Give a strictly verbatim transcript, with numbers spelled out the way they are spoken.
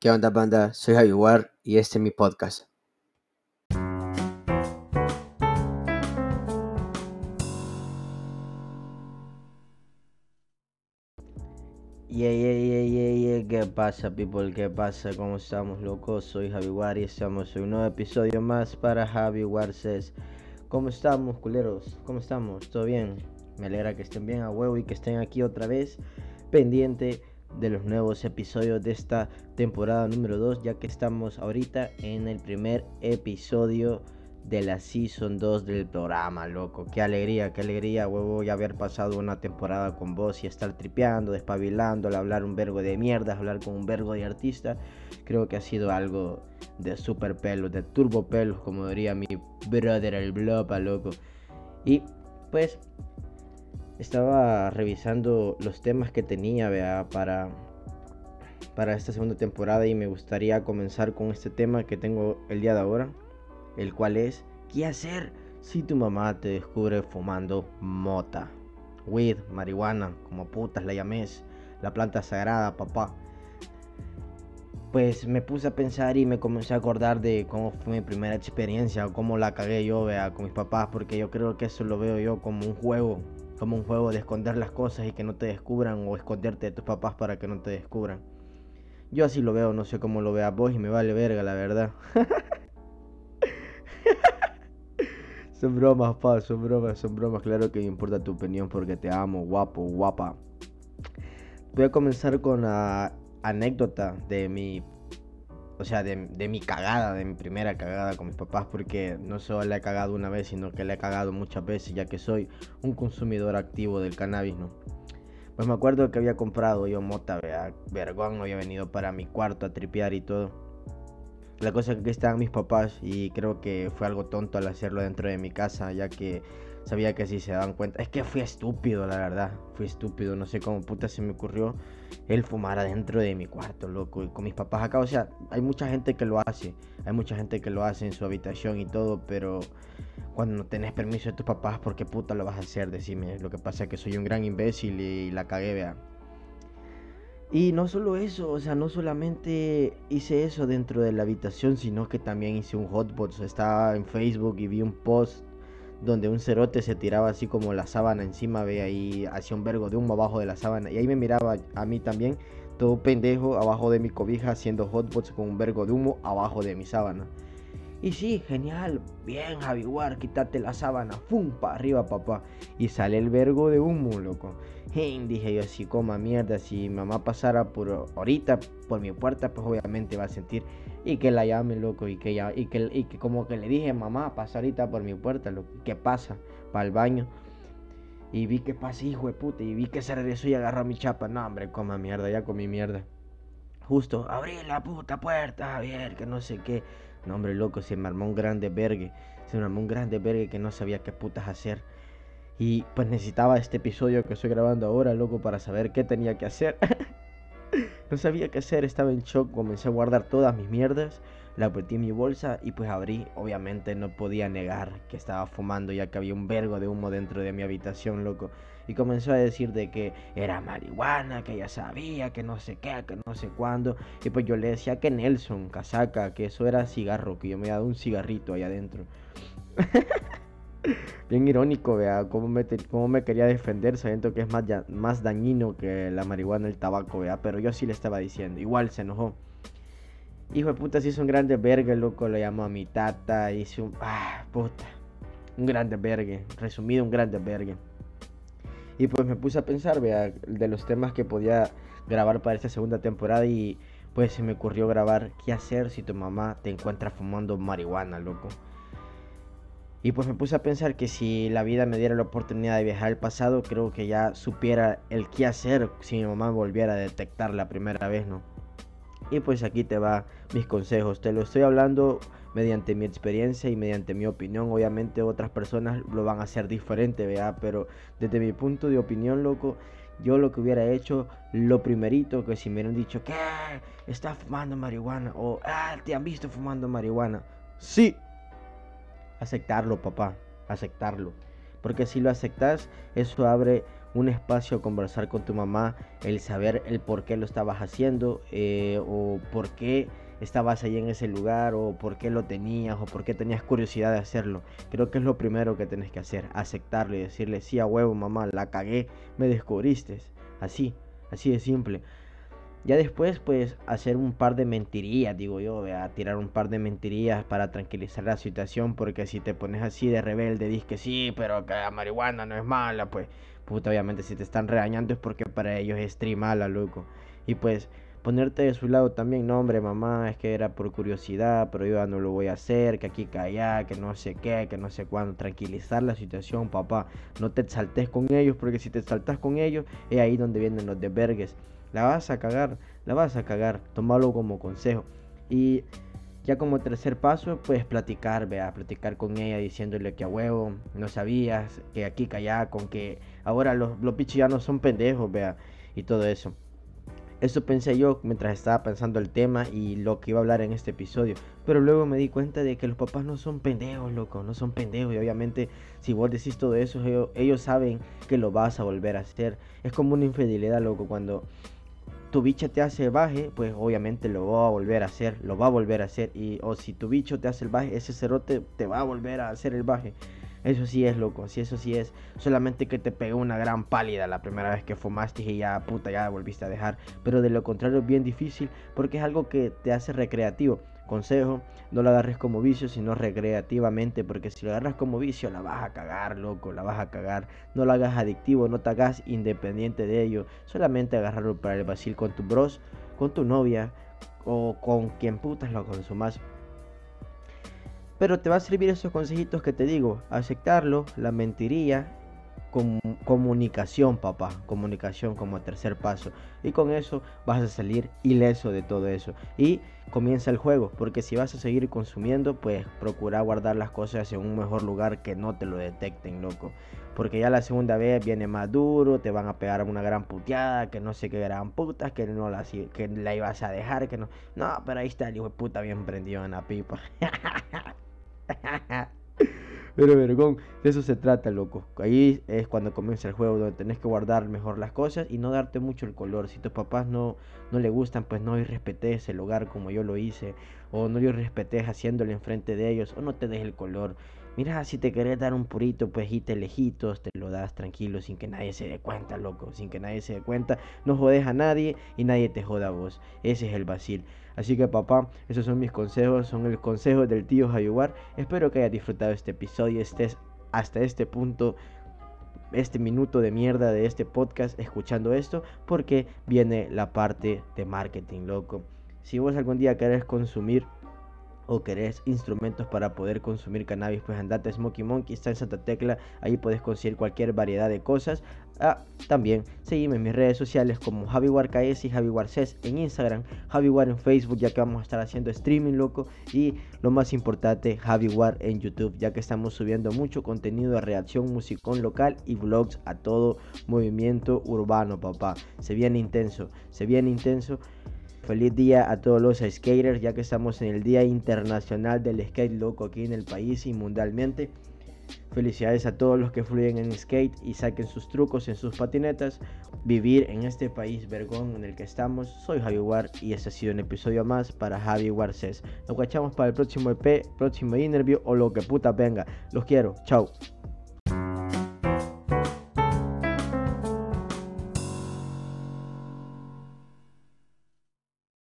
¿Qué onda, banda? Soy Javier y este es mi podcast. Yeah, yeah, yeah, yeah, yeah. ¿Qué pasa, people? ¿Qué pasa? ¿Cómo estamos, locos? Soy Javi y estamos en un nuevo episodio más para Javi Says. ¿Cómo estamos, culeros? ¿Cómo estamos? ¿Todo bien? Me alegra que estén bien a huevo y que estén aquí otra vez pendiente de los nuevos episodios de esta temporada número dos, ya que estamos ahorita en el primer episodio de la Season dos del programa, loco. Qué alegría, qué alegría, huevo, ya haber pasado una temporada con vos y estar tripeando, despabilando, al hablar un vergo de mierdas, hablar con un vergo de artista. Creo que ha sido algo de super pelos, de turbo pelos, como diría mi brother el Blopa, loco. Y pues estaba revisando los temas que tenía, vea, para para esta segunda temporada y me gustaría comenzar con este tema que tengo el día de ahora, el cual es: ¿qué hacer si tu mamá te descubre fumando mota? Weed, marihuana, como putas la llames, la planta sagrada, papá. Pues me puse a pensar y me comencé a acordar de cómo fue mi primera experiencia, o cómo la cagué yo, vea, con mis papás, porque yo creo que eso lo veo yo como un juego, como un juego de esconder las cosas y que no te descubran, o esconderte de tus papás para que no te descubran. Yo así lo veo, no sé cómo lo veas vos y me vale verga, la verdad. Son bromas, pa, son bromas, son bromas. Claro que me importa tu opinión porque te amo, guapo, guapa. Voy a comenzar con la anécdota de mi, o sea, de, de mi cagada, de mi primera cagada con mis papás, porque no solo le he cagado una vez, sino que le he cagado muchas veces, ya que soy un consumidor activo del cannabis, ¿no? Pues me acuerdo que había comprado yo mota, vea, vergón, había venido para mi cuarto a tripear y todo. La cosa es que aquí estaban mis papás y creo que fue algo tonto al hacerlo dentro de mi casa, ya que sabía que si se daban cuenta, es que fui estúpido, la verdad, fui estúpido, no sé cómo puta se me ocurrió el fumar adentro de mi cuarto, loco, y con mis papás acá. O sea, hay mucha gente que lo hace, hay mucha gente que lo hace en su habitación y todo, pero cuando no tenés permiso de tus papás, ¿por qué puta lo vas a hacer? Decime. Lo que pasa es que soy un gran imbécil y la cagué, vea. Y no solo eso, o sea, no solamente hice eso dentro de la habitación, sino que también hice un hotspot. O sea, estaba en Facebook y vi un post donde un cerote se tiraba así como la sábana encima, ve, ahí hacía un vergo de humo abajo de la sábana. Y ahí me miraba a mí también, todo pendejo, abajo de mi cobija, haciendo hotbots con un vergo de humo abajo de mi sábana. Y sí, genial, bien Javiguar, quítate la sábana, ¡fum! Pa' arriba, papá. Y sale el vergo de humo, loco. Hey, dije yo, así coma mierda, si mamá pasara por ahorita por mi puerta, pues obviamente va a sentir. Y que la llame, loco, y que ya, y que, y que como que le dije, mamá, pasa ahorita por mi puerta, loco. ¿Qué pasa? Para el baño. Y vi que pasa, hijo de puta, y vi que se regresó y agarró mi chapa. No, hombre, coma mierda, ya comí mierda. Justo, abrí la puta puerta, Javier, que no sé qué. No, hombre, loco, se me armó un grande vergue. Se me armó un grande vergue que no sabía qué putas hacer. Y pues necesitaba este episodio que estoy grabando ahora, loco, para saber qué tenía que hacer. No sabía qué hacer, estaba en shock, comencé a guardar todas mis mierdas, la metí en mi bolsa y pues abrí. Obviamente no podía negar que estaba fumando, ya que había un vergo de humo dentro de mi habitación, loco. Y comenzó a decir de que era marihuana, que ya sabía, que no sé qué, que no sé cuándo. Y pues yo le decía que Nelson, casaca, que eso era cigarro, que yo me había dado un cigarrito ahí adentro. Bien irónico, vea, cómo me, te, cómo me quería defender, sabiendo que es más, ya, más dañino que la marihuana, el tabaco, vea. Pero yo sí le estaba diciendo, igual se enojó. Hijo de puta, sí es un grande vergue, loco, lo llamó a mi tata, hice un... Ah, puta, un grande vergue, resumido, un grande vergue. Y pues me puse a pensar, vea, de los temas que podía grabar para esta segunda temporada y pues se me ocurrió grabar qué hacer si tu mamá te encuentra fumando marihuana, loco. Y pues me puse a pensar que si la vida me diera la oportunidad de viajar al pasado, creo que ya supiera el qué hacer si mi mamá volviera a detectar la primera vez, ¿no? Y pues aquí te va mis consejos. Te lo estoy hablando mediante mi experiencia y mediante mi opinión. Obviamente otras personas lo van a hacer diferente, ¿verdad? Pero desde mi punto de opinión, loco, yo lo que hubiera hecho, lo primerito, que si me hubieran dicho, ¿qué? ¿Estás fumando marihuana? O, ah, ¿te han visto fumando marihuana? Sí. Aceptarlo, papá, aceptarlo. Porque si lo aceptas, eso abre un espacio a conversar con tu mamá, el saber el por qué lo estabas haciendo, eh, o por qué estabas ahí en ese lugar, o por qué lo tenías, o por qué tenías curiosidad de hacerlo. Creo que es lo primero que tenés que hacer, aceptarlo y decirle, sí, a huevo mamá, la cagué, me descubriste. Así, así de simple. Ya después, pues, hacer un par de mentirillas, digo yo, vea, tirar un par de mentirillas para tranquilizar la situación, porque si te pones así de rebelde, dices que sí, pero que la marihuana no es mala, pues, puta, obviamente si te están regañando es porque para ellos es tri mala, loco. Y pues, ponerte de su lado también, no, hombre, mamá, es que era por curiosidad, pero yo ya no lo voy a hacer, que aquí, que allá, que no sé qué, que no sé cuándo, tranquilizar la situación, papá, no te exaltes con ellos, porque si te exaltas con ellos, es ahí donde vienen los desvergues. La vas a cagar, la vas a cagar, tómalo como consejo. Y ya como tercer paso, pues platicar, vea, platicar con ella diciéndole que a huevo, no sabías, que aquí, que allá, con que ahora los, los bichos ya no son pendejos, vea, y todo eso. Eso pensé yo mientras estaba pensando el tema y lo que iba a hablar en este episodio. Pero luego me di cuenta de que los papás no son pendejos, loco, no son pendejos. Y obviamente si vos decís todo eso, ellos, ellos saben que lo vas a volver a hacer. Es como una infidelidad, loco, cuando tu bicha te hace el baje, pues obviamente lo va a volver a hacer, lo va a volver a hacer. Y o si tu bicho te hace el baje, ese cerote te va a volver a hacer el baje. Eso sí es, loco, sí, eso sí es. Solamente que te pegó una gran pálida la primera vez que fumaste y ya, puta, ya volviste a dejar. Pero de lo contrario es bien difícil porque es algo que te hace recreativo. Consejo, no lo agarres como vicio, sino recreativamente, porque si lo agarras como vicio la vas a cagar, loco, la vas a cagar. No lo hagas adictivo, no te hagas independiente de ello. Solamente agarrarlo para el vacil con tu bros, con tu novia o con quien putas lo consumas. Pero te va a servir esos consejitos que te digo, aceptarlo, la mentiría, com comunicación, papá, comunicación como tercer paso. Y con eso vas a salir ileso de todo eso. Y comienza el juego, porque si vas a seguir consumiendo, pues procura guardar las cosas en un mejor lugar que no te lo detecten, loco. Porque ya la segunda vez viene más duro, te van a pegar una gran puteada, que no sé qué gran putas, que no la, que la ibas a dejar, que no. No, pero ahí está el hijo de puta bien prendido en la pipa. Pero vergón, de eso se trata, loco. Ahí es cuando comienza el juego, donde tenés que guardar mejor las cosas y no darte mucho el color. Si tus papás no, no le gustan, pues no irrespetes el hogar como yo lo hice, o no lo irrespetes haciéndolo enfrente de ellos, o no te des el color. Mira, si te querés dar un purito, pues te lejitos, te lo das tranquilo, sin que nadie se dé cuenta, loco. Sin que nadie se dé cuenta, no jodes a nadie y nadie te joda a vos. Ese es el vacil. Así que papá, esos son mis consejos, son el consejo del tío Jayuar. Espero que hayas disfrutado este episodio, estés hasta este punto, este minuto de mierda de este podcast escuchando esto, porque viene la parte de marketing, loco. Si vos algún día querés consumir o querés instrumentos para poder consumir cannabis, pues andate a Smokey Monkey, está en Santa Tecla, ahí puedes conseguir cualquier variedad de cosas. Ah, también seguime en mis redes sociales como Javiwar K S y Javiwar C E S en Instagram, Javiwar en Facebook, ya que vamos a estar haciendo streaming, loco, y lo más importante, Javiwar en YouTube, ya que estamos subiendo mucho contenido de reacción, musicón local y vlogs a todo movimiento urbano, papá. Se viene intenso, se viene intenso. Feliz día a todos los skaters, ya que estamos en el Día Internacional del Skate, loco, aquí en el país y mundialmente. Felicidades a todos los que fluyen en skate y saquen sus trucos en sus patinetas. Vivir en este país vergón en el que estamos. Soy Javiwar y este ha sido un episodio más para Javiwar C E S. Nos guachamos para el próximo E P, próximo interview o lo que puta venga. Los quiero, chao.